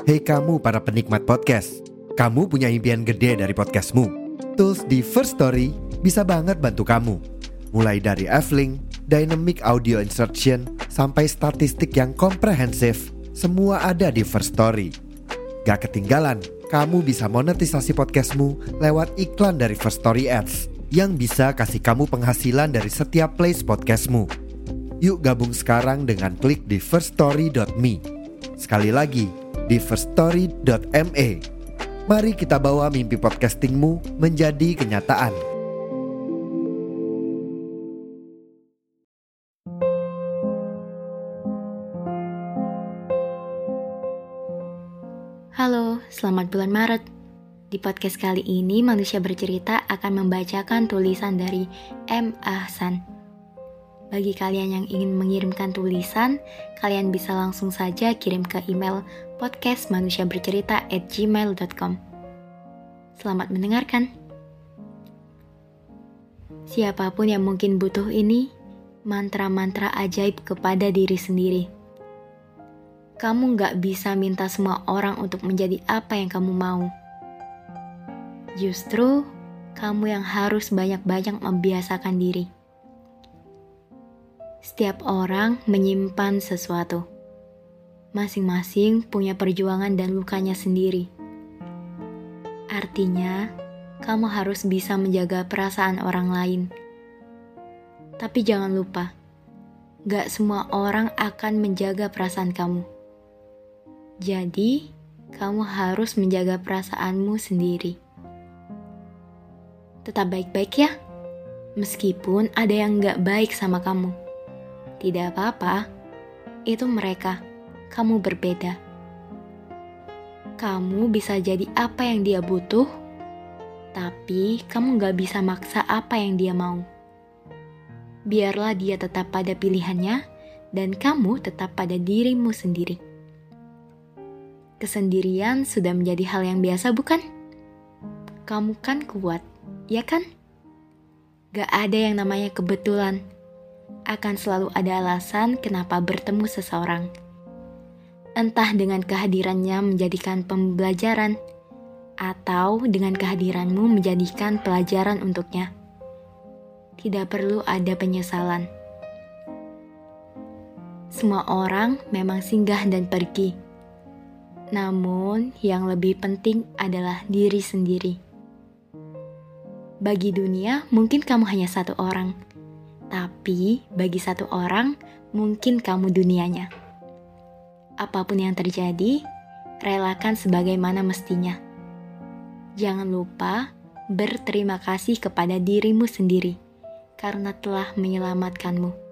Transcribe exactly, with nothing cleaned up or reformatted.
Hei kamu para penikmat podcast, kamu punya impian gede dari podcastmu. Tools di First Story bisa banget bantu kamu. Mulai dari F-Link, Dynamic Audio Insertion, sampai statistik yang komprehensif, semua ada di First Story. Gak ketinggalan, kamu bisa monetisasi podcastmu lewat iklan dari First Story Ads yang bisa kasih kamu penghasilan dari setiap plays podcastmu. Yuk gabung sekarang dengan klik di first story dot me. Sekali lagi, di first story dot me. Mari kita bawa mimpi podcastingmu menjadi kenyataan. Halo, selamat bulan Maret. Di podcast kali ini, Manusia Bercerita akan membacakan tulisan dari M. Ahsan. Bagi kalian yang ingin mengirimkan tulisan, kalian bisa langsung saja kirim ke email podcast manusia bercerita at gmail dot com. Selamat mendengarkan. Siapapun yang mungkin butuh ini, mantra-mantra ajaib kepada diri sendiri. Kamu gak bisa minta semua orang untuk menjadi apa yang kamu mau. Justru, kamu yang harus banyak-banyak membiasakan diri. Setiap orang menyimpan sesuatu. Masing-masing punya perjuangan dan lukanya sendiri. Artinya, kamu harus bisa menjaga perasaan orang lain. Tapi jangan lupa, gak semua orang akan menjaga perasaan kamu. Jadi, kamu harus menjaga perasaanmu sendiri. Tetap baik-baik ya, meskipun ada yang gak baik sama kamu. Tidak apa-apa, itu mereka, kamu berbeda. Kamu bisa jadi apa yang dia butuh, tapi kamu gak bisa maksa apa yang dia mau. Biarlah dia tetap pada pilihannya, dan kamu tetap pada dirimu sendiri. Kesendirian sudah menjadi hal yang biasa, bukan? Kamu kan kuat, ya kan? Gak ada yang namanya kebetulan. Akan selalu ada alasan kenapa bertemu seseorang. Entah dengan kehadirannya menjadikan pembelajaran, atau dengan kehadiranmu menjadikan pelajaran untuknya. Tidak perlu ada penyesalan. Semua orang memang singgah dan pergi. Namun, yang lebih penting adalah diri sendiri. Bagi dunia, mungkin kamu hanya satu orang. Tapi, bagi satu orang, mungkin kamu dunianya. Apapun yang terjadi, relakan sebagaimana mestinya. Jangan lupa berterima kasih kepada dirimu sendiri, karena telah menyelamatkanmu.